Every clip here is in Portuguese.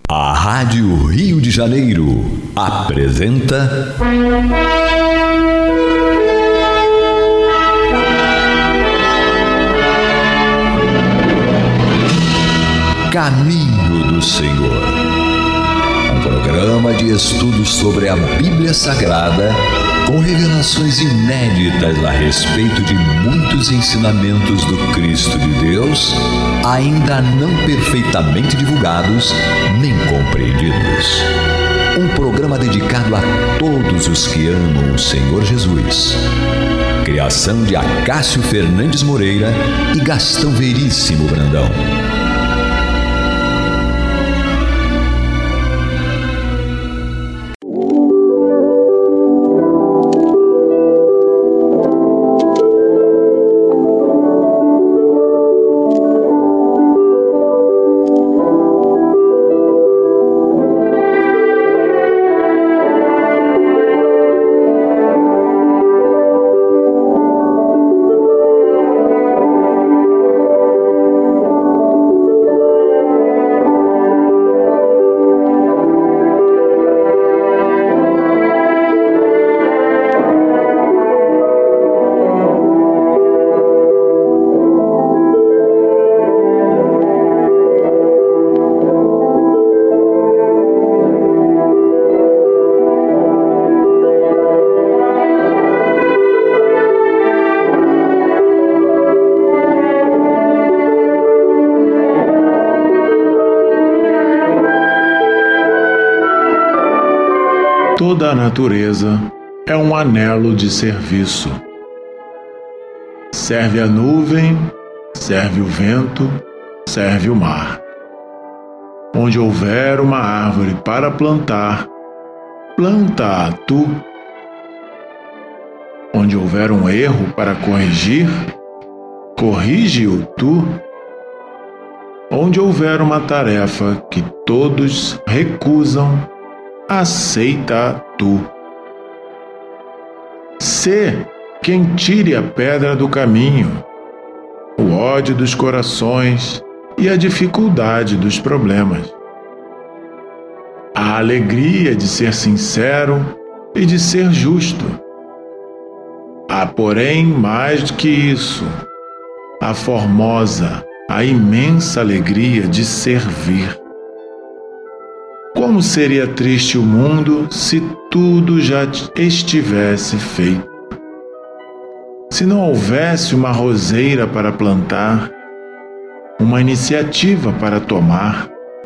A Rádio Rio de Janeiro apresenta Caminho do Senhor, um programa de estudos sobre a Bíblia Sagrada, com revelações inéditas a respeito de muitos ensinamentos do Cristo de Deus, ainda não perfeitamente divulgados nem compreendidos. Um programa dedicado a todos os que amam o Senhor Jesus. Criação de Acácio Fernandes Moreira e Gastão Veríssimo Brandão. Toda a natureza é um anelo de serviço. Serve a nuvem, serve o vento, serve o mar. Onde houver uma árvore para plantar, planta-a tu. Onde houver um erro para corrigir, corrige-o tu. Onde houver uma tarefa que todos recusam, aceita tu. Sê quem tire a pedra do caminho, o ódio dos corações e a dificuldade dos problemas. A alegria de ser sincero e de ser justo. Há, porém, mais do que isso, a formosa, a imensa alegria de servir. Como seria triste o mundo se tudo já estivesse feito? Se não houvesse uma roseira para plantar, uma iniciativa para tomar?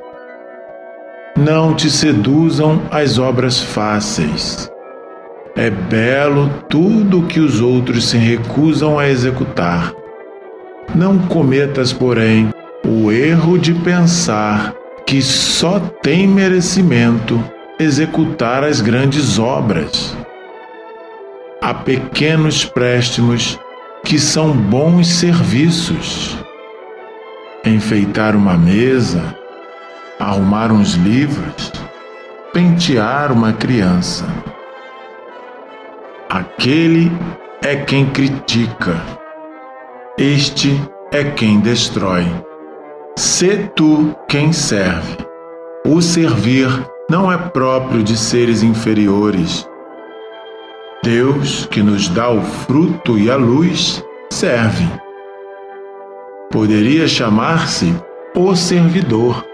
Não te seduzam as obras fáceis. É belo tudo o que os outros se recusam a executar. Não cometas, porém, o erro de pensar que só tem merecimento executar as grandes obras. Há pequenos préstimos que são bons serviços. Enfeitar uma mesa, arrumar uns livros, pentear uma criança. Aquele é quem critica, este é quem destrói. Sê tu quem serve. O servir não é próprio de seres inferiores. Deus, que nos dá o fruto e a luz, serve. Poderia chamar-se o servidor.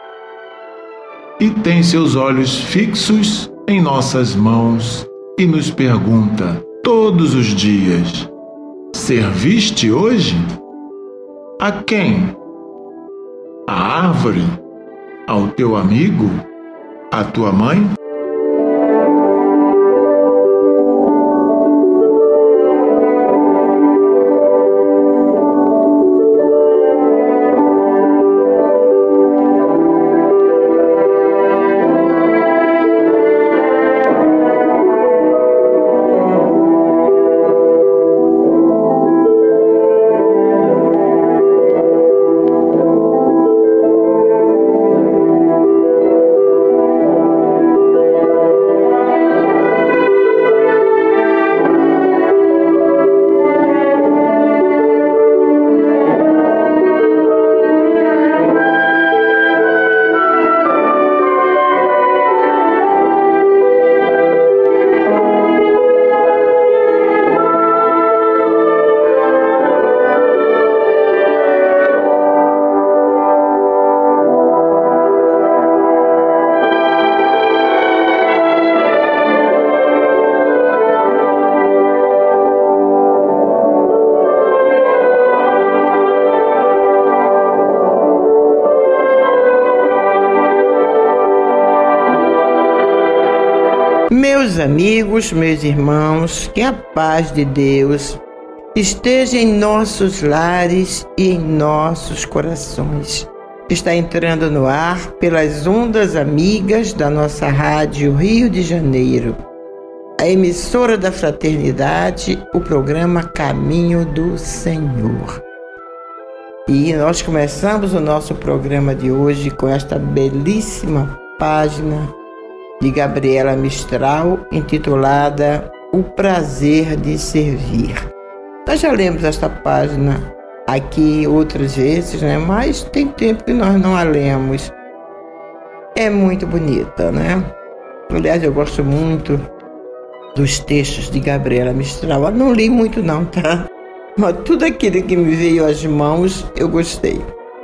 E tem seus olhos fixos em nossas mãos e nos pergunta todos os dias: serviste hoje? A quem? A árvore? Ao teu amigo? À tua mãe? Meus amigos, meus irmãos, que a paz de Deus esteja em nossos lares e em nossos corações. Está entrando no ar pelas ondas amigas da nossa rádio Rio de Janeiro, a emissora da Fraternidade, o programa Caminho do Senhor. E nós começamos o nosso programa de hoje com esta belíssima página de Gabriela Mistral, intitulada O Prazer de Servir. Nós já lemos esta página aqui outras vezes, né? Mas tem tempo que nós não a lemos. É muito bonita, né? Aliás, eu gosto muito dos textos de Gabriela Mistral. Eu não li muito não, tá? Mas tudo aquilo que me veio às mãos, eu gostei.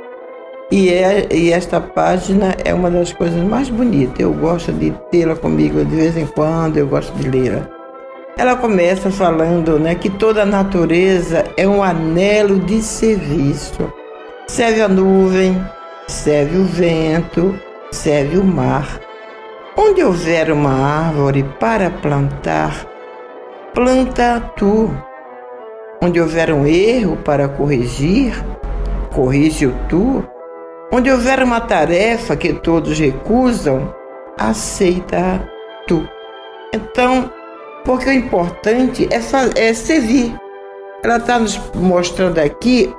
E esta página é uma das coisas mais bonitas. Eu gosto de tê-la comigo de vez em quando, eu gosto de lê-la. Ela começa falando, né, que toda a natureza é um anelo de serviço. Serve a nuvem, serve o vento, serve o mar. Onde houver uma árvore para plantar, planta tu. Onde houver um erro para corrigir, corrige-o tu. Onde houver uma tarefa que todos recusam, aceita tu. Então, porque o importante é servir. Ela está nos mostrando aqui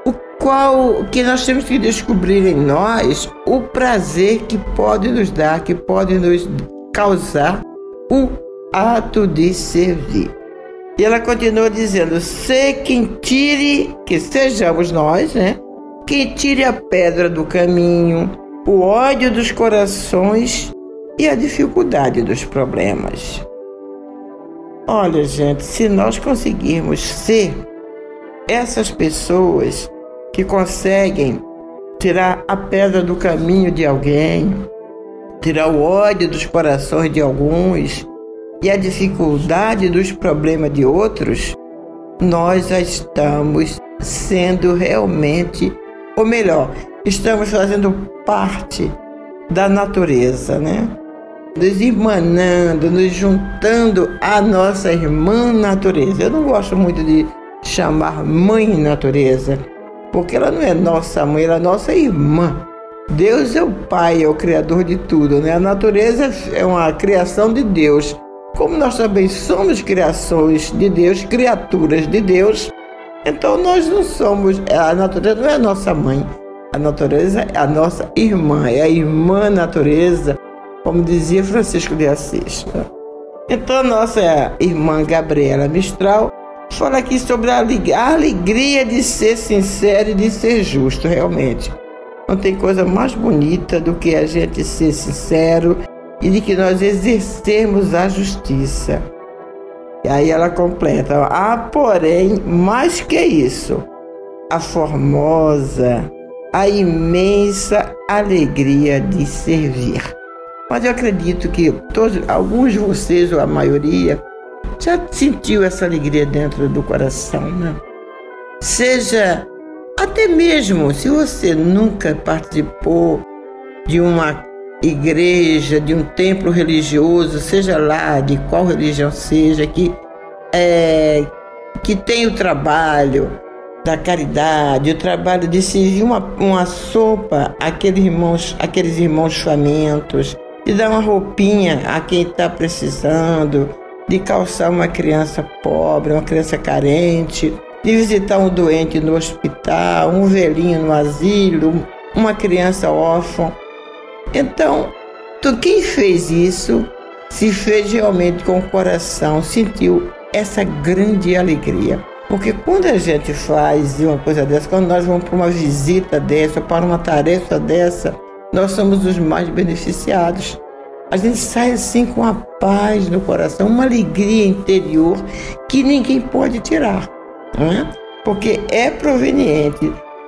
que nós temos que descobrir em nós o prazer que pode nos dar, que pode nos causar o ato de servir. E ela continua dizendo, que sejamos nós, né? Quem tire a pedra do caminho, o ódio dos corações e a dificuldade dos problemas. Olha, gente, se nós conseguirmos ser essas pessoas que conseguem tirar a pedra do caminho de alguém, tirar o ódio dos corações de alguns e a dificuldade dos problemas de outros, nós já estamos sendo realmente, ou melhor, estamos fazendo parte da natureza, né? Nos irmanando, nos juntando à nossa irmã natureza. Eu não gosto muito de chamar mãe natureza, porque ela não é nossa mãe, ela é nossa irmã. Deus é o Pai, é o Criador de tudo, né? A natureza é uma criação de Deus. Como nós também somos criações de Deus, criaturas de Deus, então nós não somos, a natureza não é a nossa mãe, a natureza é a nossa irmã, é a irmã natureza, como dizia Francisco de Assis. Então, a nossa irmã Gabriela Mistral fala aqui sobre a alegria de ser sincero e de ser justo, realmente. Não tem coisa mais bonita do que a gente ser sincero e de que nós exercermos a justiça. E aí ela completa, porém, mais que isso, a formosa, a imensa alegria de servir. Mas eu acredito que alguns de vocês, ou a maioria, já sentiu essa alegria dentro do coração, né? Seja, até mesmo, se você nunca participou de uma igreja, de um templo religioso, seja lá de qual religião seja, que tem o trabalho da caridade, o trabalho de servir uma sopa àqueles irmãos famintos, de dar uma roupinha a quem está precisando, de calçar uma criança pobre, uma criança carente, de visitar um doente no hospital, um velhinho no asilo, uma criança órfã. Então, quem fez isso, se fez realmente com o coração, sentiu essa grande alegria. Porque quando a gente faz uma coisa dessa, quando nós vamos para uma visita dessa, para uma tarefa dessa, nós somos os mais beneficiados. A gente sai assim com a paz no coração, uma alegria interior que ninguém pode tirar, não é? Porque é proveniente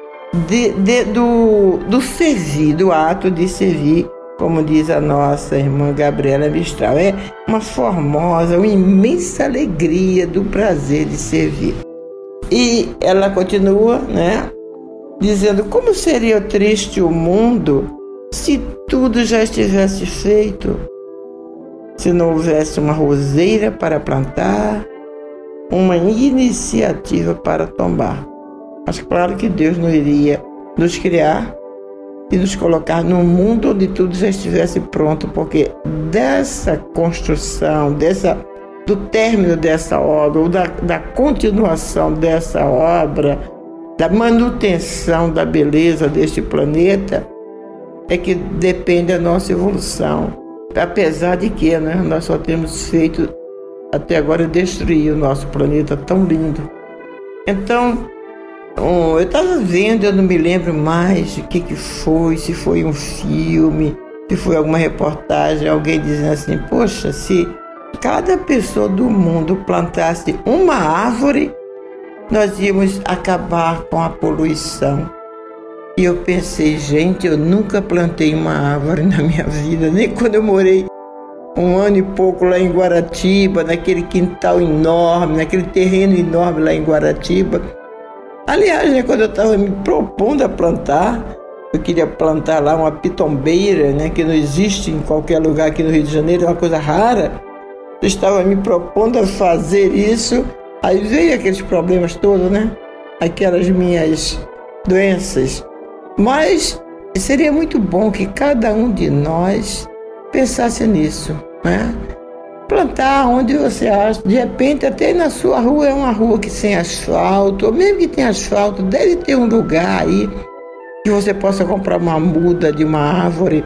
do servir, do ato de servir, como diz a nossa irmã Gabriela Mistral. É uma formosa, uma imensa alegria do prazer de servir. E ela continua, né, dizendo, como seria triste o mundo se tudo já estivesse feito? se não houvesse uma roseira para plantar, uma iniciativa para tomar. Mas claro que Deus não iria nos criar e nos colocar num mundo onde tudo já estivesse pronto, porque dessa construção, do término dessa obra, ou da continuação dessa obra, da manutenção da beleza deste planeta, é que depende a nossa evolução. Apesar de que nós só temos feito até agora destruir o nosso planeta tão lindo. Então, eu estava vendo, eu não me lembro mais o que foi, se foi um filme, se foi alguma reportagem, alguém dizendo assim, poxa, se cada pessoa do mundo plantasse uma árvore, nós íamos acabar com a poluição. E eu pensei, gente, eu nunca plantei uma árvore na minha vida, nem quando eu morei 1 ano e pouco lá em Guaratiba, naquele quintal enorme, naquele terreno enorme lá em Guaratiba. Aliás, quando eu estava me propondo a plantar, eu queria plantar lá uma pitombeira, que não existe em qualquer lugar aqui no Rio de Janeiro, é uma coisa rara. Eu estava me propondo a fazer isso, aí veio aqueles problemas todos, aquelas minhas doenças. Mas seria muito bom que cada um de nós pensasse nisso, Plantar onde você acha, de repente até na sua rua é uma rua que sem asfalto, ou mesmo que tenha asfalto, deve ter um lugar aí que você possa comprar uma muda de uma árvore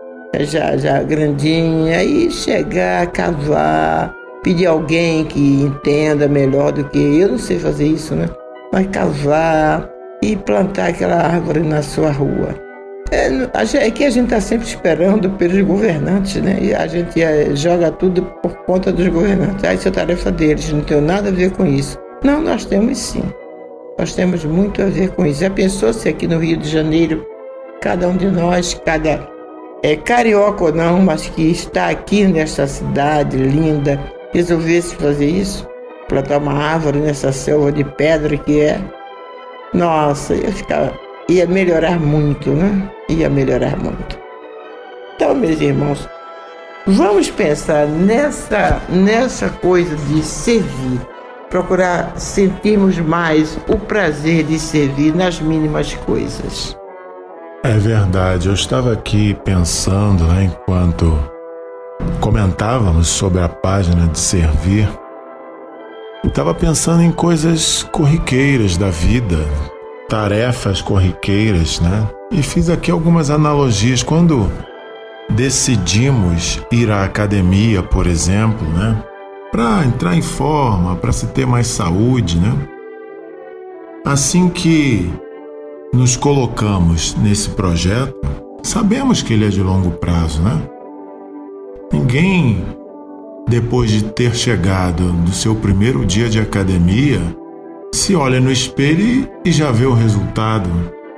já grandinha e chegar, cavar, pedir alguém que entenda melhor do que eu, não sei fazer isso, mas cavar e plantar aquela árvore na sua rua. É que a gente está sempre esperando pelos governantes, e a gente joga tudo por conta dos governantes. Isso é tarefa deles, não tem nada a ver com isso. Não, nós temos sim. Nós temos muito a ver com isso. Já pensou se aqui no Rio de Janeiro, cada um de nós, carioca ou não, mas que está aqui nesta cidade linda, resolvesse fazer isso? Plantar uma árvore nessa selva de pedra que é? Nossa, ia melhorar muito, Ia melhorar muito. Então, meus irmãos, vamos pensar nessa coisa de servir, procurar sentirmos mais o prazer de servir nas mínimas coisas. É verdade, eu estava aqui pensando, enquanto comentávamos sobre a página de servir, estava pensando em coisas corriqueiras da vida, tarefas corriqueiras, E fiz aqui algumas analogias. Quando decidimos ir à academia, por exemplo, para entrar em forma, para se ter mais saúde, Assim que nos colocamos nesse projeto, sabemos que ele é de longo prazo, Ninguém, depois de ter chegado no seu primeiro dia de academia, se olha no espelho e já vê o resultado.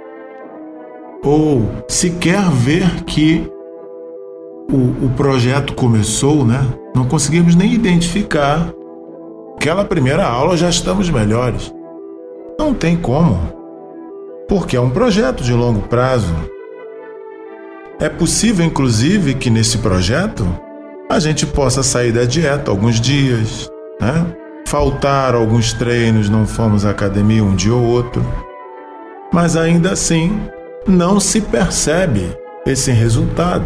Ou sequer ver que o projeto começou, Não conseguimos nem identificar. Aquela primeira aula já estamos melhores. Não tem como, porque é um projeto de longo prazo. É possível, inclusive, que nesse projeto a gente possa sair da dieta alguns dias, Faltar alguns treinos, não fomos à academia um dia ou outro. Mas ainda assim, não se percebe esse resultado.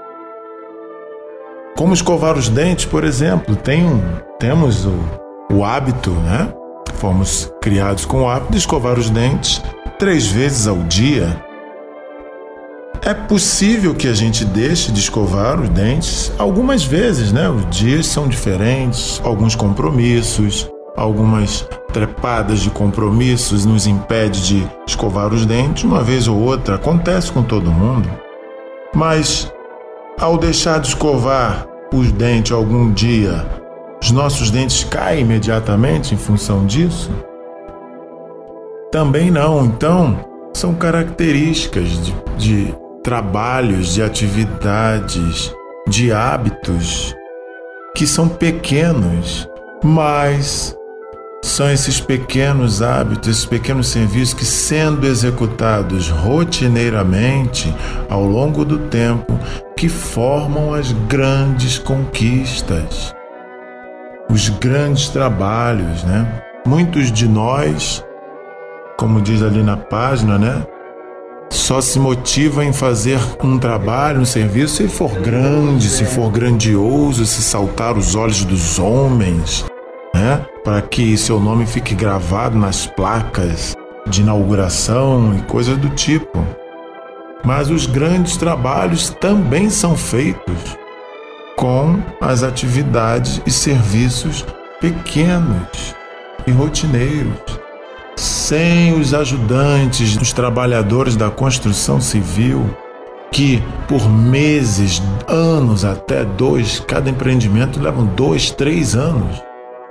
Como escovar os dentes, por exemplo, temos o hábito, Fomos criados com o hábito de escovar os dentes 3 vezes ao dia. É possível que a gente deixe de escovar os dentes algumas vezes, Os dias são diferentes, alguns compromissos, algumas trepadas de compromissos nos impede de escovar os dentes uma vez ou outra. Acontece com todo mundo. Mas, ao deixar de escovar os dentes algum dia, os nossos dentes caem imediatamente em função disso? Também não. Então, são características de trabalhos, de atividades, de hábitos que são pequenos, mas são esses pequenos hábitos, esses pequenos serviços que, sendo executados rotineiramente ao longo do tempo, que formam as grandes conquistas, os grandes trabalhos, né? Muitos de nós, como diz ali na página, né? Só se motiva em fazer um trabalho, um serviço, se for grande, se for grandioso, se saltar os olhos dos homens, né? Para que seu nome fique gravado nas placas de inauguração e coisas do tipo. Mas os grandes trabalhos também são feitos com as atividades e serviços pequenos e rotineiros. Sem os ajudantes, os trabalhadores da construção civil, que por meses, anos, até 2, cada empreendimento levam 2, 3 anos.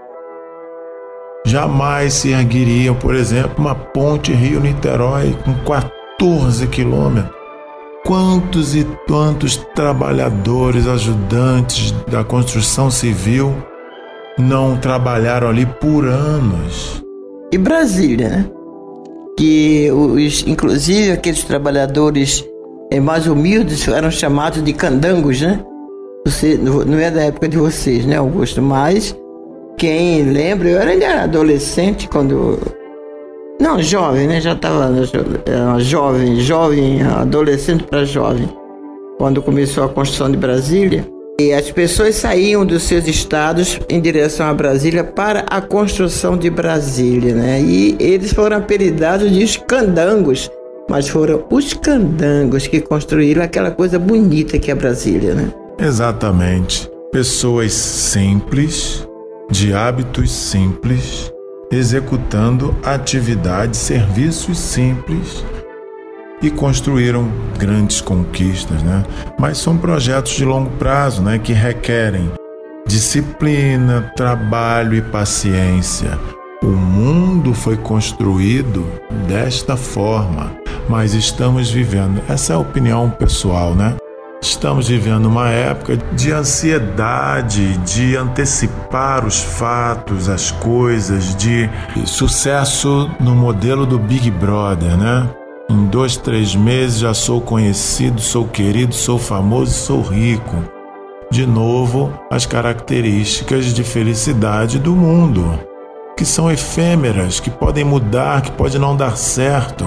Jamais se ergueria, por exemplo, uma ponte Rio-Niterói com 14 quilômetros. Quantos e quantos trabalhadores, ajudantes da construção civil não trabalharam ali por anos? E Brasília, né? Que inclusive aqueles trabalhadores mais humildes eram chamados de candangos, né? Não é da época de vocês, né, Augusto? Mas quem lembra, eu era adolescente quando... Não, jovem, né? Já estava jovem, adolescente para jovem, quando começou a construção de Brasília. E as pessoas saíam dos seus estados em direção a Brasília para a construção de Brasília, né? E eles foram apelidados de os candangos, mas foram os candangos que construíram aquela coisa bonita que é Brasília, né? Exatamente. Pessoas simples, de hábitos simples, executando atividades, serviços simples, e construíram grandes conquistas, né? Mas são projetos de longo prazo, né? Que requerem disciplina, trabalho e paciência. O mundo foi construído desta forma, mas estamos vivendo, essa é a opinião pessoal, né? Estamos vivendo uma época de ansiedade, de antecipar os fatos, as coisas, de sucesso no modelo do Big Brother, né? Em 2, 3 meses já sou conhecido, sou querido, sou famoso, sou rico. De novo, as características de felicidade do mundo, que são efêmeras, que podem mudar, que pode não dar certo.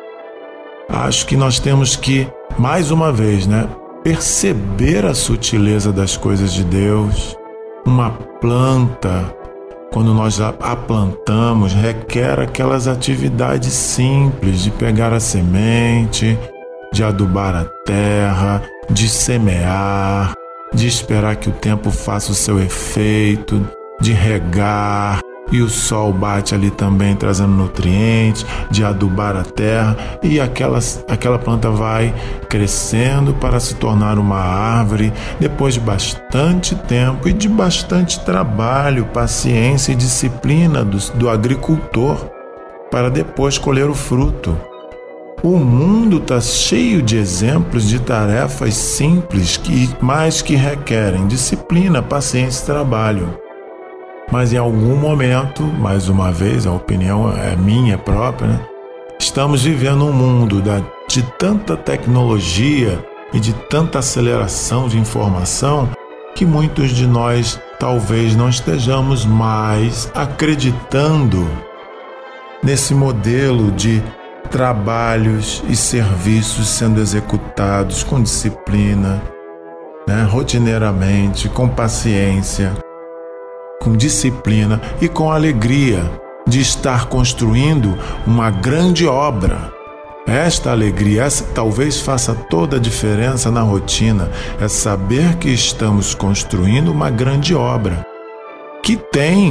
Acho que nós temos que, mais uma vez, né, perceber a sutileza das coisas de Deus. Uma planta, quando nós a plantamos, requer aquelas atividades simples de pegar a semente, de adubar a terra, de semear, de esperar que o tempo faça o seu efeito, de regar, e o sol bate ali também trazendo nutrientes, de adubar a terra, e aquela planta vai crescendo para se tornar uma árvore depois de bastante tempo e de bastante trabalho, paciência e disciplina do agricultor para depois colher o fruto. O mundo está cheio de exemplos de tarefas simples mas que requerem disciplina, paciência e trabalho. Mas em algum momento, mais uma vez, a opinião é minha própria, né? Estamos vivendo um mundo de tanta tecnologia e de tanta aceleração de informação que muitos de nós talvez não estejamos mais acreditando nesse modelo de trabalhos e serviços sendo executados com disciplina, né? Rotineiramente, com paciência, com disciplina e com alegria de estar construindo uma grande obra. Esta alegria, talvez faça toda a diferença na rotina, é saber que estamos construindo uma grande obra, que tem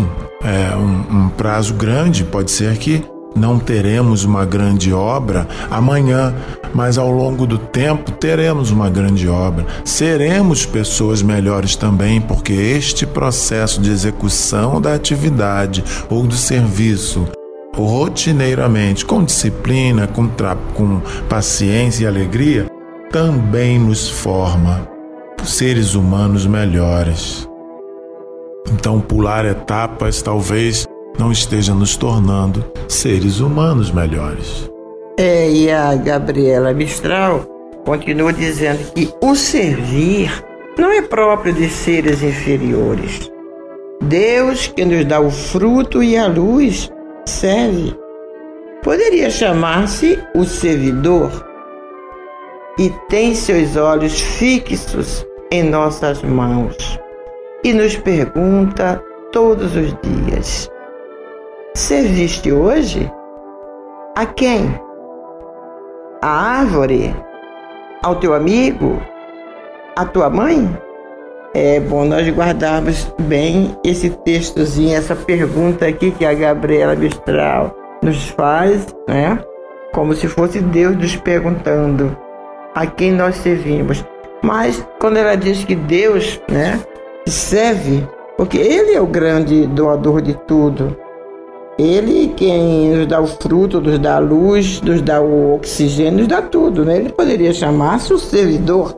um prazo grande. Pode ser que não teremos uma grande obra amanhã, mas ao longo do tempo teremos uma grande obra. Seremos pessoas melhores também, porque este processo de execução da atividade ou do serviço, rotineiramente, com disciplina, com paciência e alegria, também nos forma seres humanos melhores. Então, pular etapas talvez não esteja nos tornando seres humanos melhores. E a Gabriela Mistral continua dizendo que o servir não é próprio de seres inferiores. Deus, que nos dá o fruto e a luz, serve. Poderia chamar-se o servidor e tem seus olhos fixos em nossas mãos e nos pergunta todos os dias: serviste hoje? A quem? À árvore? Ao teu amigo? À tua mãe? É bom nós guardarmos bem esse textozinho, essa pergunta aqui que a Gabriela Mistral nos faz, né? Como se fosse Deus nos perguntando a quem nós servimos. Mas quando ela diz que Deus, né, serve, porque Ele é o grande doador de tudo. Ele quem nos dá o fruto, nos dá a luz, nos dá o oxigênio, nos dá tudo, né? Ele poderia chamar-se o servidor.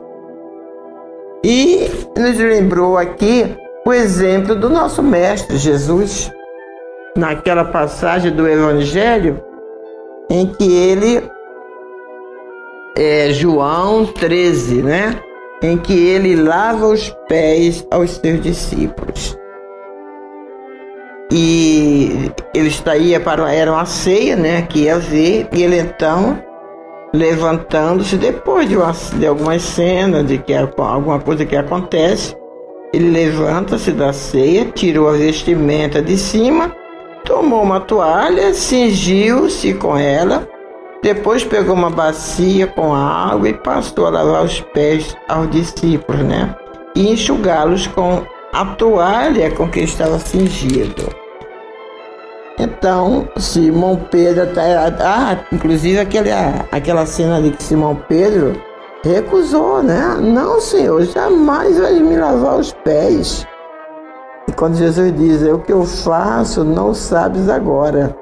E nos lembrou aqui o exemplo do nosso Mestre Jesus, naquela passagem do Evangelho em que ele, João 13, né? Em que ele lava os pés aos seus discípulos. E ele era uma ceia, né? Que ia ver, e ele então, levantando-se depois de algumas cenas, de que alguma coisa que acontece, ele levanta-se da ceia, tirou a vestimenta de cima, tomou uma toalha, cingiu-se com ela, depois pegou uma bacia com água e passou a lavar os pés aos discípulos, né? E enxugá-los com a toalha com que estava cingido. Então, Simão Pedro, inclusive aquela cena de que Simão Pedro recusou, né? Não, Senhor, jamais vais me lavar os pés. E quando Jesus diz: o que eu faço não sabes agora,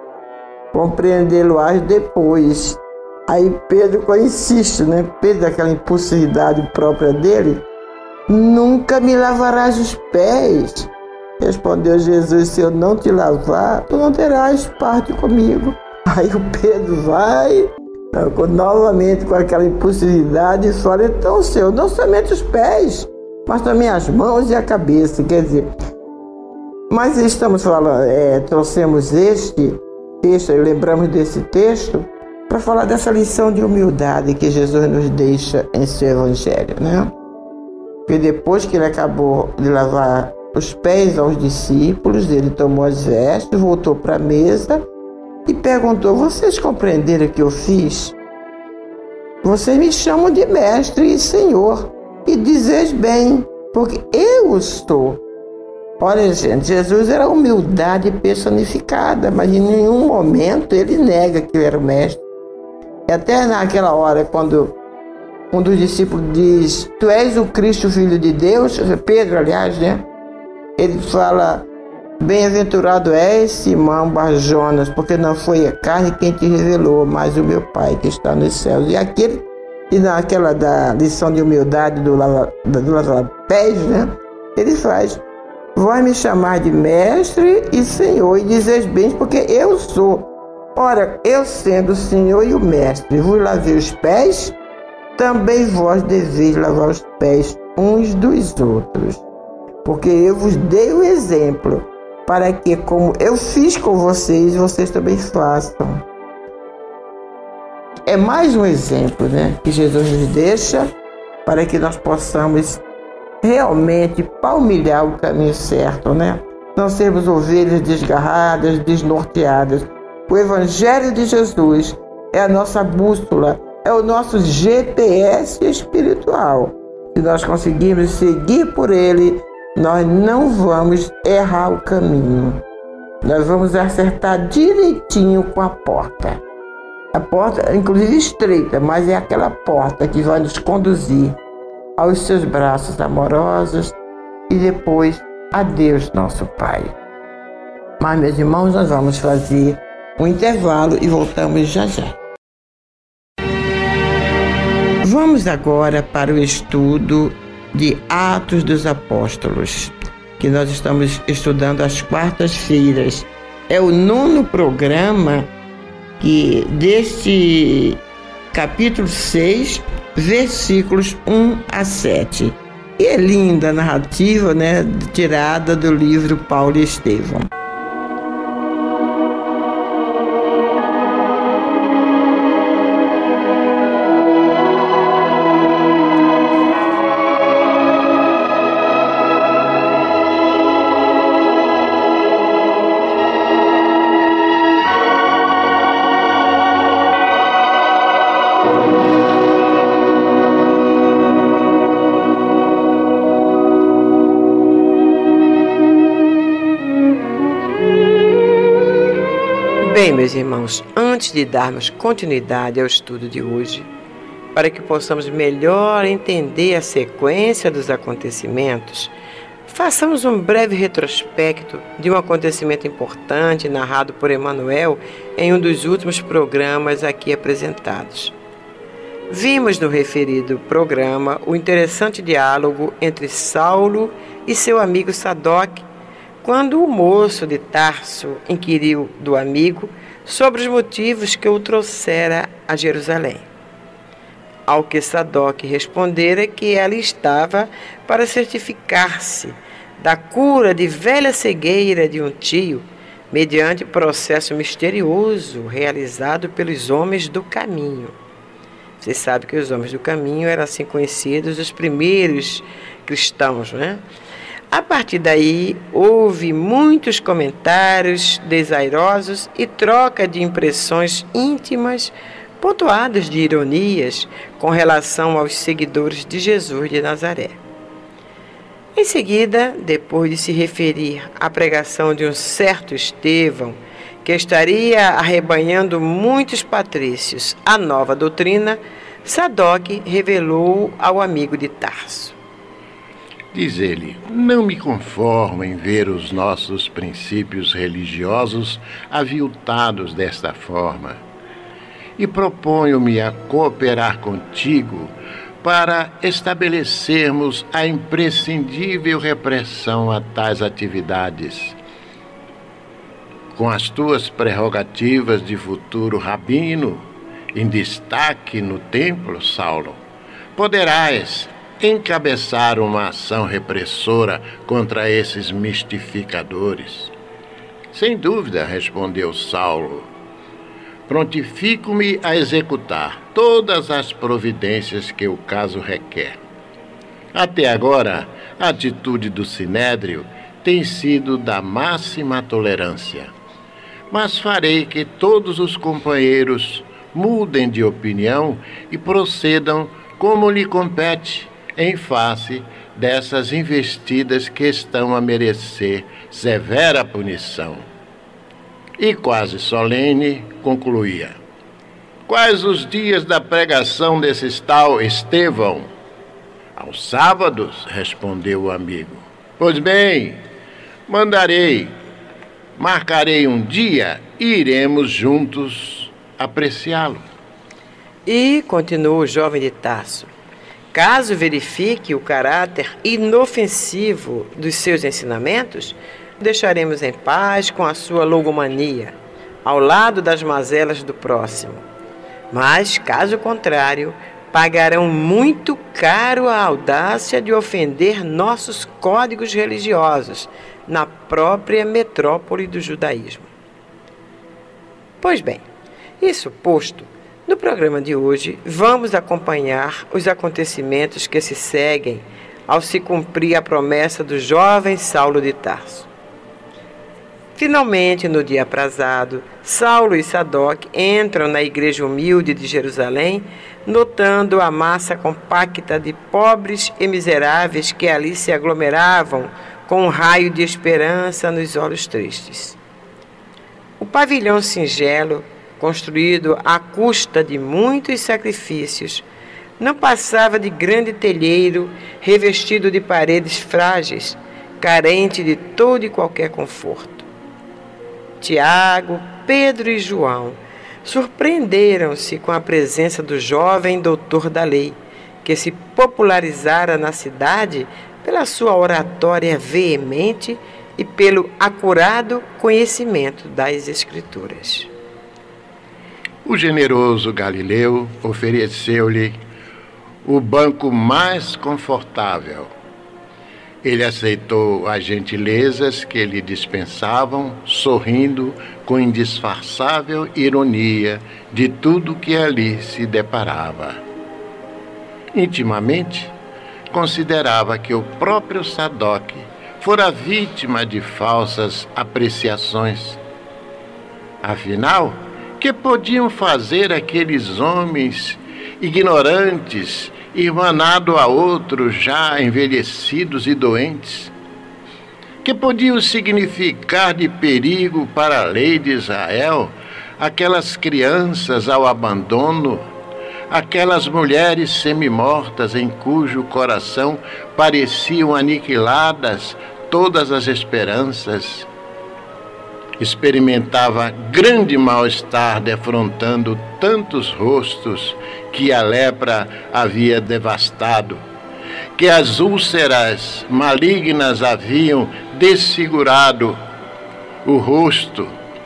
compreendê-lo-ás depois. Aí Pedro insiste, né? Pedro, daquela impulsividade própria dele: nunca me lavarás os pés. Respondeu Jesus: se eu não te lavar, tu não terás parte comigo. Aí o Pedro vai novamente com aquela impulsividade e fala: então, Senhor, não somente os pés, mas também as mãos e a cabeça. Quer dizer, mas estamos falando, trouxemos este texto, lembramos desse texto para falar dessa lição de humildade que Jesus nos deixa em seu Evangelho, né? Porque depois que ele acabou de lavar os pés aos discípulos, ele tomou as vestes, voltou para a mesa e perguntou: vocês compreenderam o que eu fiz? Vocês me chamam de mestre e senhor, e dizeis bem, porque eu estou. Olha, gente, Jesus era a humildade personificada, mas em nenhum momento ele nega que ele era o mestre. E até naquela hora, quando um dos discípulos diz: tu és o Cristo, filho de Deus, Pedro, aliás, né? Ele fala: bem-aventurado és, Simão Bar-Jonas, porque não foi a carne quem te revelou, mas o meu Pai que está nos céus. E naquela da lição de humildade do lava-pés, né? Ele faz: vai me chamar de mestre e senhor, e dizeis bem, porque eu sou. Ora, eu sendo o senhor e o mestre, vos lavei os pés, também vós deveis lavar os pés uns dos outros. Porque eu vos dei o exemplo, para que, como eu fiz com vocês, vocês também façam. É mais um exemplo, né, que Jesus nos deixa para que nós possamos realmente palmilhar o caminho certo, né? Não sermos ovelhas desgarradas, desnorteadas. O Evangelho de Jesus é a nossa bússola, é o nosso GPS espiritual. Se nós conseguirmos seguir por ele, nós não vamos errar o caminho. Nós vamos acertar direitinho com a porta. A porta, inclusive estreita, mas é aquela porta que vai nos conduzir aos seus braços amorosos e depois a Deus nosso Pai. Mas, meus irmãos, nós vamos fazer um intervalo e voltamos já já. Vamos agora para o estudo de Atos dos Apóstolos, que nós estamos estudando às quartas-feiras. É o 9º programa deste capítulo 6 versículos 1 a 7. E é linda a narrativa, tirada do livro Paulo e Estevão. Bem, meus irmãos, antes de darmos continuidade ao estudo de hoje, para que possamos melhor entender a sequência dos acontecimentos, façamos um breve retrospecto de um acontecimento importante narrado por Emmanuel em um dos últimos programas aqui apresentados. Vimos no referido programa o interessante diálogo entre Saulo e seu amigo Sadoc, quando o moço de Tarso inquiriu do amigo sobre os motivos que o trouxera a Jerusalém. Ao que Sadoc respondera que ela estava para certificar-se da cura de velha cegueira de um tio, mediante processo misterioso realizado pelos homens do caminho. Vocês sabem que os homens do caminho eram assim conhecidos os primeiros cristãos, A partir daí, houve muitos comentários desairosos e troca de impressões íntimas, pontuadas de ironias com relação aos seguidores de Jesus de Nazaré. Em seguida, depois de se referir à pregação de um certo Estevão, que estaria arrebanhando muitos patrícios a nova doutrina, Sadoc revelou ao amigo de Tarso. Diz ele: não me conformo em ver os nossos princípios religiosos aviltados desta forma, e proponho-me a cooperar contigo para estabelecermos a imprescindível repressão a tais atividades. Com as tuas prerrogativas de futuro rabino em destaque no templo, Saulo, poderás encabeçar uma ação repressora contra esses mistificadores. Sem dúvida, respondeu Saulo, prontifico-me a executar todas as providências que o caso requer. Até agora, a atitude do Sinédrio tem sido da máxima tolerância, mas farei que todos os companheiros mudem de opinião e procedam como lhe compete, em face dessas investidas que estão a merecer severa punição. E quase solene concluía: quais os dias da pregação desse tal Estevão? Aos sábados, respondeu o amigo. Pois bem, marcarei um dia e iremos juntos apreciá-lo. E continuou o jovem de Tarso: caso verifique o caráter inofensivo dos seus ensinamentos, deixaremos em paz com a sua logomania, ao lado das mazelas do próximo. Mas, caso contrário, pagarão muito caro a audácia de ofender nossos códigos religiosos na própria metrópole do judaísmo. Pois bem, isso posto, no programa de hoje, vamos acompanhar os acontecimentos que se seguem ao se cumprir a promessa do jovem Saulo de Tarso. Finalmente, no dia aprazado, Saulo e Sadoc entram na igreja humilde de Jerusalém, notando a massa compacta de pobres e miseráveis que ali se aglomeravam com um raio de esperança nos olhos tristes. O pavilhão singelo, construído à custa de muitos sacrifícios, não passava de grande telheiro revestido de paredes frágeis, carente de todo e qualquer conforto. Tiago, Pedro e João surpreenderam-se com a presença do jovem doutor da lei, que se popularizara na cidade pela sua oratória veemente e pelo acurado conhecimento das Escrituras. O generoso Galileu ofereceu-lhe o banco mais confortável. Ele aceitou as gentilezas que lhe dispensavam, sorrindo com indisfarçável ironia de tudo que ali se deparava. Intimamente, considerava que o próprio Sadoc fora vítima de falsas apreciações. Afinal, que podiam fazer aqueles homens ignorantes, irmanado a outros já envelhecidos e doentes? Que podiam significar de perigo para a lei de Israel aquelas crianças ao abandono, aquelas mulheres semimortas em cujo coração pareciam aniquiladas todas as esperanças? Experimentava grande mal-estar defrontando tantos rostos que a lepra havia devastado, que as úlceras malignas haviam desfigurado o rosto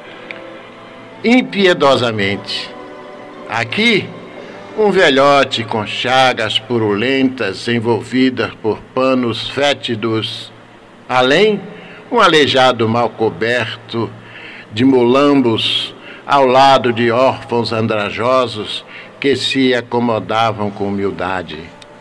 impiedosamente. Aqui, um velhote com chagas purulentas envolvidas por panos fétidos. Além, um aleijado mal coberto de mulambos ao lado de órfãos andrajosos que se acomodavam com humildade.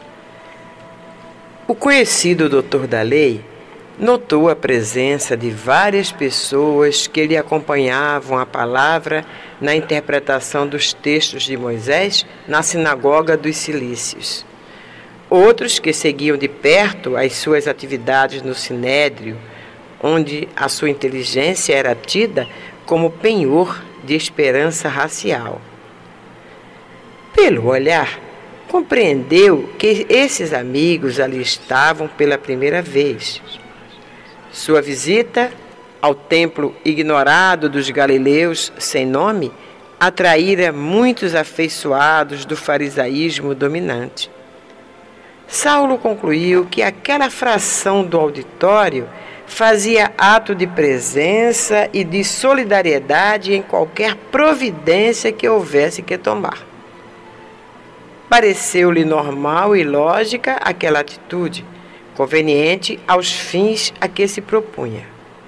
O conhecido doutor da lei notou a presença de várias pessoas que lhe acompanhavam a palavra na interpretação dos textos de Moisés na sinagoga dos Cilícios. Outros que seguiam de perto as suas atividades no Sinédrio, onde a sua inteligência era tida como penhor de esperança racial. Pelo olhar, compreendeu que esses amigos ali estavam pela primeira vez. Sua visita ao templo ignorado dos galileus sem nome atraíra muitos afeiçoados do farisaísmo dominante. Saulo concluiu que aquela fração do auditório fazia ato de presença e de solidariedade em qualquer providência que houvesse que tomar. Pareceu-lhe normal e lógica aquela atitude, conveniente aos fins a que se propunha.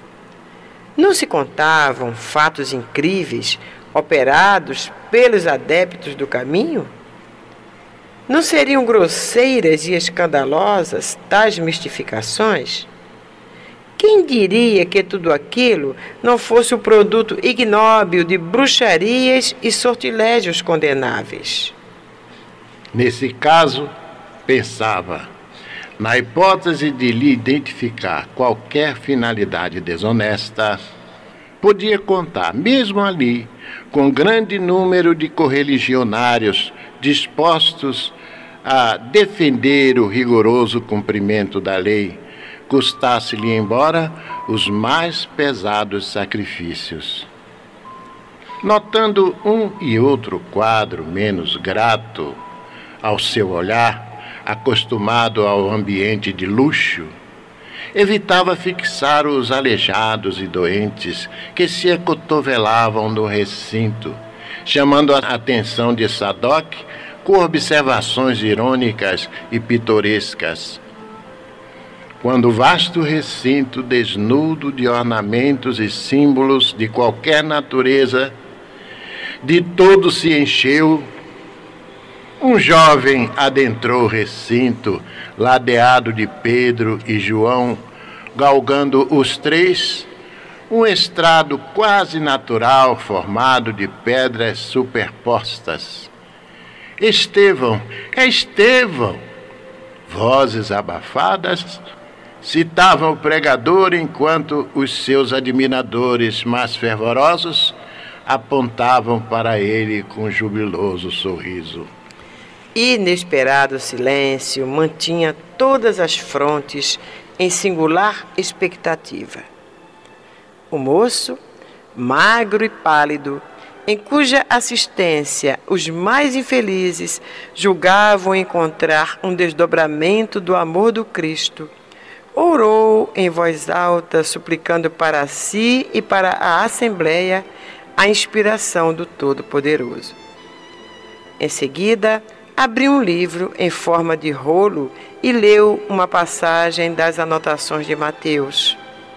Não se contavam fatos incríveis operados pelos adeptos do caminho? Não seriam grosseiras e escandalosas tais mistificações? Quem diria que tudo aquilo não fosse o produto ignóbil de bruxarias e sortilégios condenáveis? Nesse caso, pensava, na hipótese de lhe identificar qualquer finalidade desonesta, podia contar, mesmo ali, com grande número de correligionários dispostos a defender o rigoroso cumprimento da lei, custasse-lhe embora os mais pesados sacrifícios. Notando um e outro quadro menos grato ao seu olhar, acostumado ao ambiente de luxo, evitava fixar os aleijados e doentes que se acotovelavam no recinto, chamando a atenção de Sadoc com observações irônicas e pitorescas. Quando o vasto recinto, desnudo de ornamentos e símbolos de qualquer natureza, de todo se encheu, um jovem adentrou o recinto, ladeado de Pedro e João, galgando os três, um estrado quase natural formado de pedras superpostas. Estevão, é Estevão! Vozes abafadas citavam o pregador enquanto os seus admiradores mais fervorosos apontavam para ele com jubiloso sorriso. Inesperado silêncio mantinha todas as frontes em singular expectativa. O moço, magro e pálido, em cuja assistência os mais infelizes julgavam encontrar um desdobramento do amor do Cristo, orou em voz alta, suplicando para si e para a Assembleia a inspiração do Todo-Poderoso. Em seguida, abriu um livro em forma de rolo e leu uma passagem das anotações de Mateus.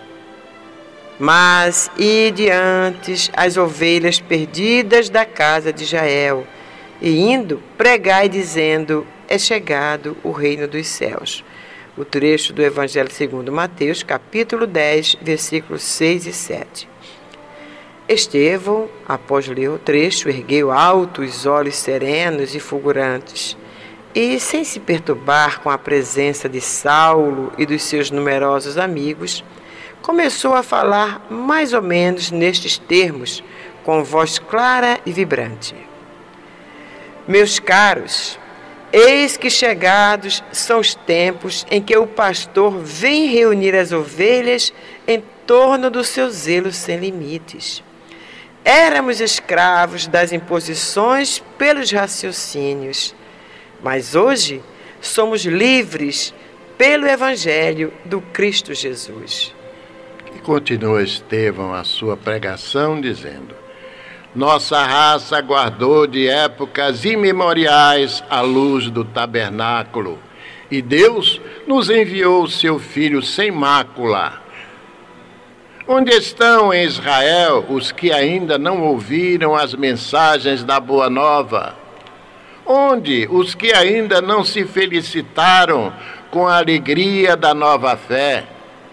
Mas ide antes as ovelhas perdidas da casa de Israel, e indo, pregai dizendo, é chegado o reino dos céus. O trecho do Evangelho segundo Mateus, capítulo 10, versículos 6 e 7. Estevão, após ler o trecho, ergueu alto os olhos serenos e fulgurantes, e, sem se perturbar com a presença de Saulo e dos seus numerosos amigos, começou a falar mais ou menos nestes termos, com voz clara e vibrante. Meus caros, eis que chegados são os tempos em que o pastor vem reunir as ovelhas em torno do seu zelo sem limites. Éramos escravos das imposições pelos raciocínios, mas hoje somos livres pelo Evangelho do Cristo Jesus. E continua Estevão a sua pregação dizendo: nossa raça guardou de épocas imemoriais a luz do tabernáculo, e Deus nos enviou o seu Filho sem mácula. Onde estão em Israel os que ainda não ouviram as mensagens da Boa Nova? Onde os que ainda não se felicitaram com a alegria da nova fé?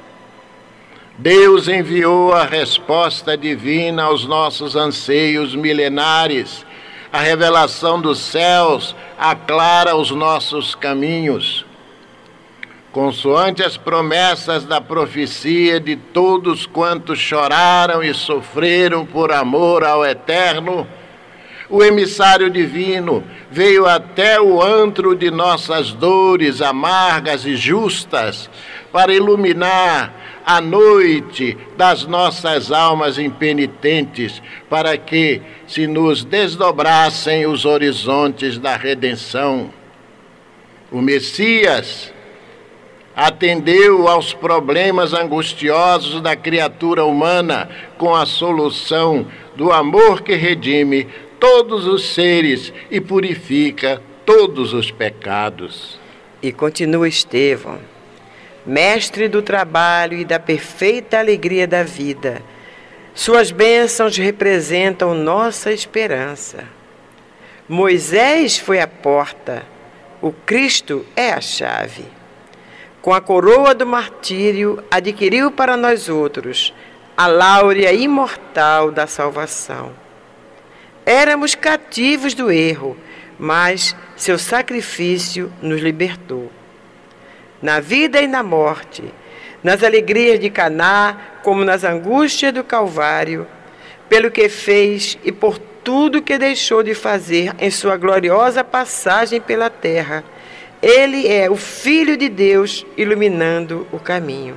Deus enviou a resposta divina aos nossos anseios milenares. A revelação dos céus aclara os nossos caminhos. Consoante as promessas da profecia de todos quantos choraram e sofreram por amor ao Eterno, o emissário divino veio até o antro de nossas dores amargas e justas para iluminar a noite das nossas almas impenitentes, para que se nos desdobrassem os horizontes da redenção. O Messias atendeu aos problemas angustiosos da criatura humana com a solução do amor que redime todos os seres e purifica todos os pecados. E continua Estevão, mestre do trabalho e da perfeita alegria da vida. Suas bênçãos representam nossa esperança. Moisés foi a porta, o Cristo é a chave. Com a coroa do martírio, adquiriu para nós outros a láurea imortal da salvação. Éramos cativos do erro, mas seu sacrifício nos libertou. Na vida e na morte, nas alegrias de Caná, como nas angústias do Calvário, pelo que fez e por tudo que deixou de fazer em sua gloriosa passagem pela terra, ele é o Filho de Deus iluminando o caminho.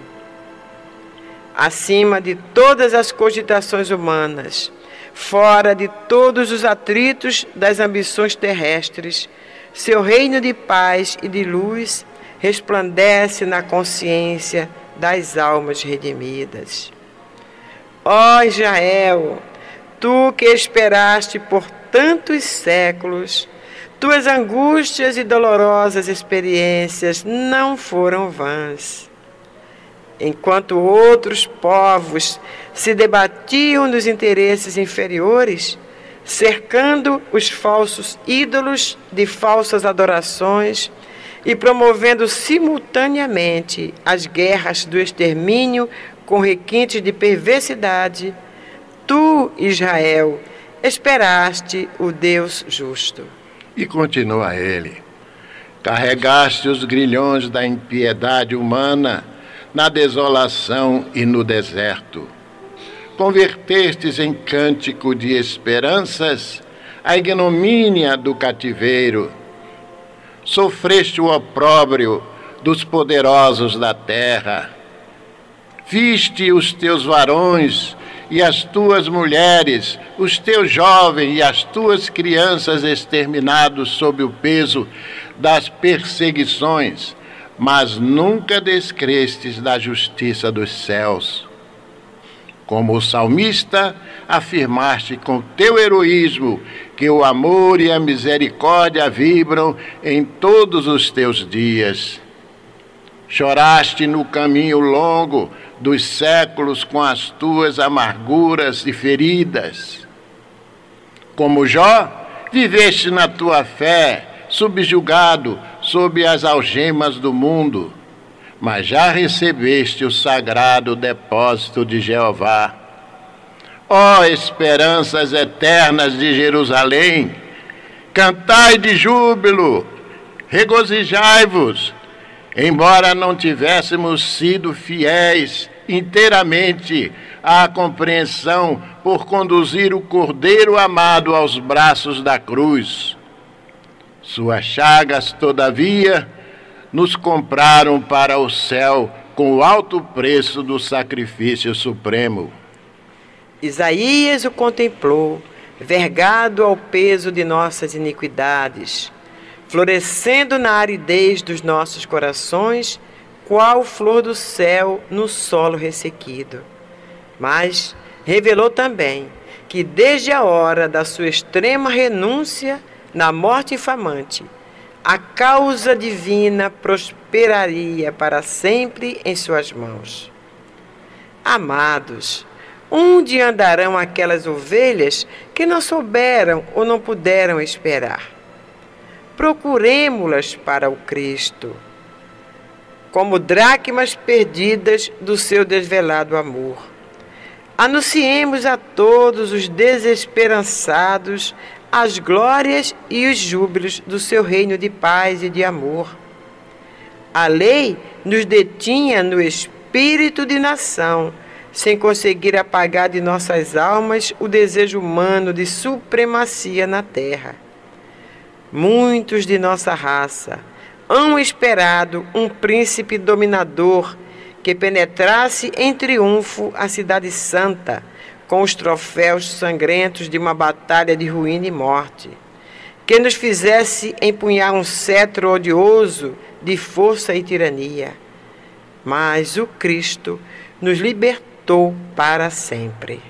Acima de todas as cogitações humanas, fora de todos os atritos das ambições terrestres, seu reino de paz e de luz resplandece na consciência das almas redimidas. Ó Israel, tu que esperaste por tantos séculos, tuas angústias e dolorosas experiências não foram vãs. Enquanto outros povos se debatiam nos interesses inferiores, cercando os falsos ídolos de falsas adorações e promovendo simultaneamente as guerras do extermínio com requintes de perversidade, tu, Israel, esperaste o Deus justo. E continua ele: carregaste os grilhões da impiedade humana na desolação e no deserto. Convertestes em cântico de esperanças a ignomínia do cativeiro. Sofreste o opróbrio dos poderosos da terra. Viste os teus varões e as tuas mulheres, os teus jovens e as tuas crianças exterminados sob o peso das perseguições, mas nunca descrestes da justiça dos céus. Como o salmista, afirmaste com teu heroísmo que o amor e a misericórdia vibram em todos os teus dias. Choraste no caminho longo dos séculos com as tuas amarguras e feridas. Como Jó, viveste na tua fé, subjugado sob as algemas do mundo, mas já recebeste o sagrado depósito de Jeová. Ó esperanças eternas de Jerusalém, cantai de júbilo, regozijai-vos, embora não tivéssemos sido fiéis inteiramente à compreensão por conduzir o Cordeiro amado aos braços da cruz. Suas chagas, todavia, nos compraram para o céu com o alto preço do sacrifício supremo. Isaías o contemplou, vergado ao peso de nossas iniquidades, florescendo na aridez dos nossos corações, qual flor do céu no solo ressequido. Mas revelou também que desde a hora da sua extrema renúncia na morte infamante, a causa divina prosperaria para sempre em suas mãos. Amados, onde andarão aquelas ovelhas que não souberam ou não puderam esperar? Procuremo-las para o Cristo, como dracmas perdidas do seu desvelado amor. Anunciemos a todos os desesperançados as glórias e os júbilos do seu reino de paz e de amor. A lei nos detinha no espírito de nação, sem conseguir apagar de nossas almas o desejo humano de supremacia na terra. Muitos de nossa raça hão esperado um príncipe dominador que penetrasse em triunfo a cidade santa, com os troféus sangrentos de uma batalha de ruína e morte, que nos fizesse empunhar um cetro odioso de força e tirania. Mas o Cristo nos libertou para sempre.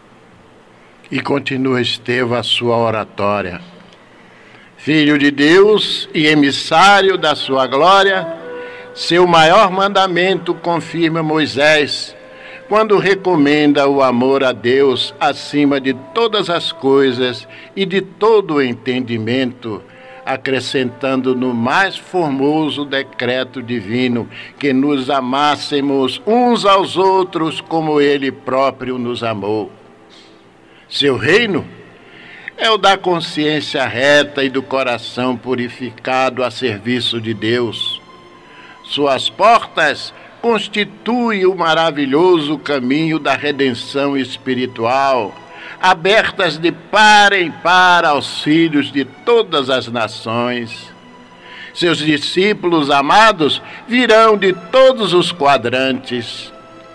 E continua Estevão a sua oratória. Filho de Deus e emissário da sua glória, seu maior mandamento confirma Moisés, quando recomenda o amor a Deus acima de todas as coisas e de todo o entendimento, acrescentando no mais formoso decreto divino que nos amássemos uns aos outros como Ele próprio nos amou. Seu reino é o da consciência reta e do coração purificado a serviço de Deus. Suas portas constituem o maravilhoso caminho da redenção espiritual, abertas de par em par aos filhos de todas as nações. Seus discípulos amados virão de todos os quadrantes.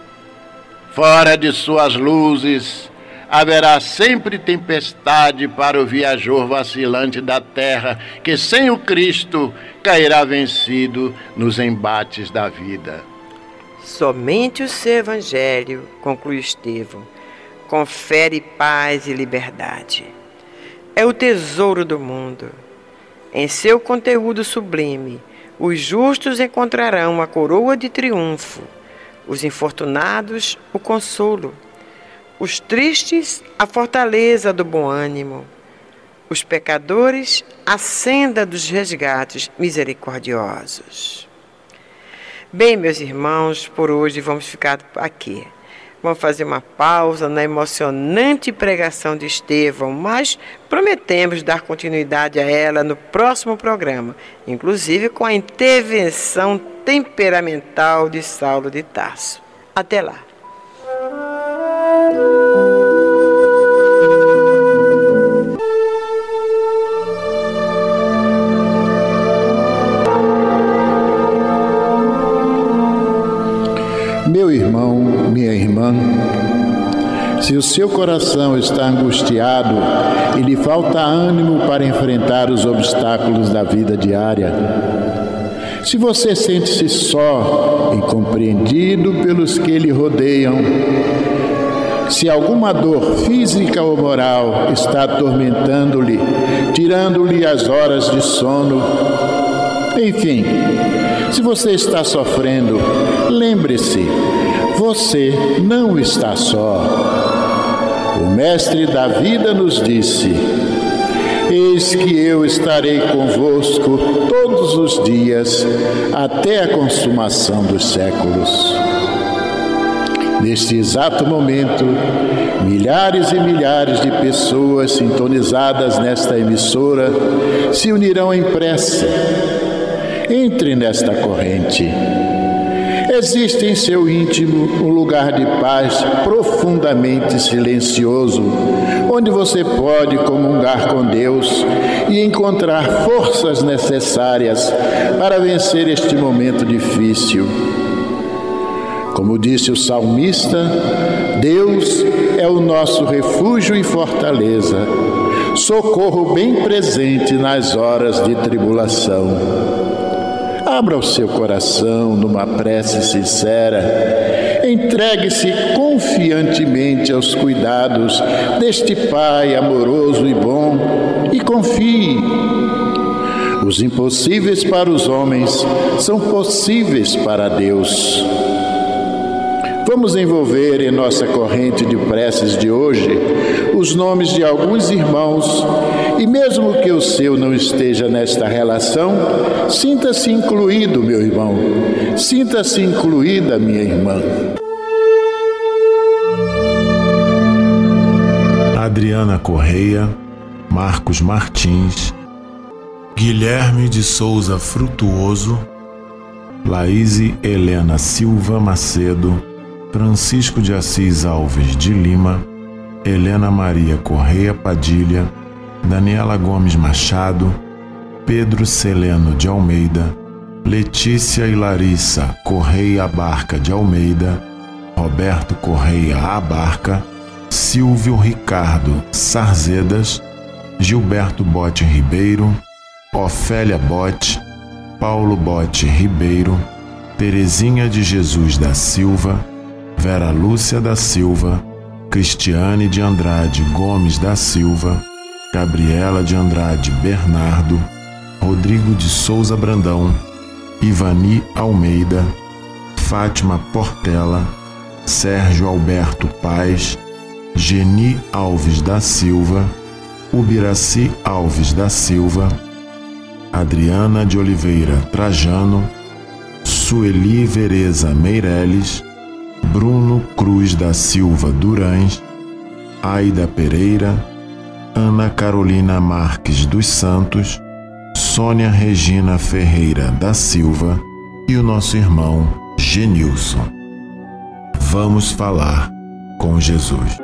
Fora de suas luzes, haverá sempre tempestade para o viajor vacilante da terra, que sem o Cristo cairá vencido nos embates da vida. Somente o seu Evangelho, conclui Estevão, confere paz e liberdade. É o tesouro do mundo. Em seu conteúdo sublime, os justos encontrarão a coroa de triunfo, os infortunados o consolo, os tristes a fortaleza do bom ânimo, os pecadores a senda dos resgates misericordiosos. Bem, meus irmãos, por hoje vamos ficar aqui. Vamos fazer uma pausa na emocionante pregação de Estevão, mas prometemos dar continuidade a ela no próximo programa, inclusive com a intervenção temperamental de Saulo de Tarso. Até lá. Meu irmão, minha irmã, se o seu coração está angustiado e lhe falta ânimo para enfrentar os obstáculos da vida diária, se você sente-se só e incompreendido pelos que lhe rodeiam, Se alguma dor física ou moral está atormentando-lhe, tirando-lhe as horas de sono, enfim, se você está sofrendo, lembre-se, você não está só. O Mestre da vida nos disse: eis que eu estarei convosco todos os dias, até a consumação dos séculos. Neste exato momento, milhares e milhares de pessoas sintonizadas nesta emissora se unirão em prece. Entre nesta corrente. Existe em seu íntimo um lugar de paz profundamente silencioso, onde você pode comungar com Deus e encontrar forças necessárias para vencer este momento difícil. Como disse o salmista, Deus é o nosso refúgio e fortaleza, socorro bem presente nas horas de tribulação. Abra o seu coração numa prece sincera. Entregue-se confiantemente aos cuidados deste Pai amoroso e bom e confie. Os impossíveis para os homens são possíveis para Deus. Vamos envolver em nossa corrente de preces de hoje os nomes de alguns irmãos e mesmo que o seu não esteja nesta relação, sinta-se incluído, meu irmão. Sinta-se incluída, minha irmã. Adriana Correia, Marcos Martins, Guilherme de Souza Frutuoso, Laíse Helena Silva Macedo, Francisco de Assis Alves de Lima, Helena Maria Correia Padilha, Daniela Gomes Machado, Pedro Celeno de Almeida, Letícia e Larissa Correia Abarca de Almeida, Roberto Correia Abarca, Silvio Ricardo Sarzedas, Gilberto Bote Ribeiro, Ofélia Bote, Paulo Bote Ribeiro, Terezinha de Jesus da Silva, Vera Lúcia da Silva, Cristiane de Andrade Gomes da Silva, Gabriela de Andrade Bernardo, Rodrigo de Souza Brandão, Ivani Almeida, Fátima Portela, Sérgio Alberto Paz, Geni Alves da Silva, Ubiraci Alves da Silva, Adriana de Oliveira Trajano, Sueli Vereza Meireles, Bruno Cruz da Silva Durães, Aida Pereira, Ana Carolina Marques dos Santos, Sônia Regina Ferreira da Silva e o nosso irmão Genilson. Vamos falar com Jesus.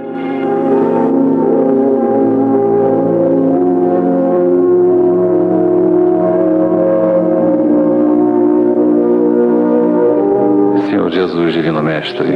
Senhor Jesus, Divino Mestre,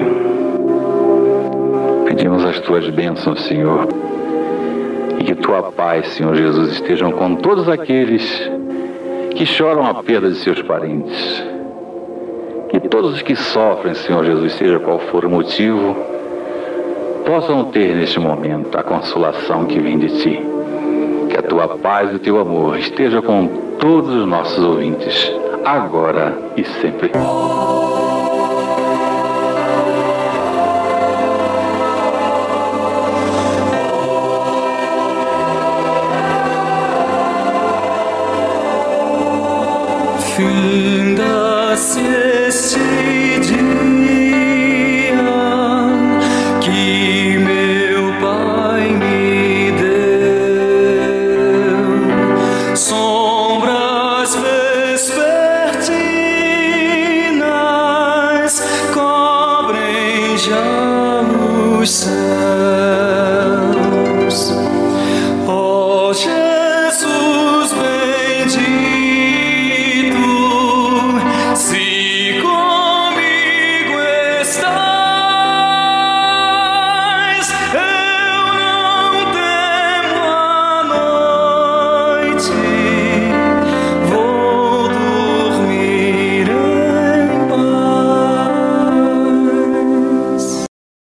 pedimos as Tuas bênçãos, Senhor, e que Tua paz, Senhor Jesus, estejam com todos aqueles que choram a perda de seus parentes. Que todos os que sofrem, Senhor Jesus, seja qual for o motivo, possam ter neste momento a consolação que vem de Ti. Que a Tua paz e o Teu amor esteja com todos os nossos ouvintes, agora e sempre. Finda-se este dia que meu Pai me deu, sombras vespertinas cobrem já os céus. Ó Jesus bendito, se comigo estás, eu não temo a noite.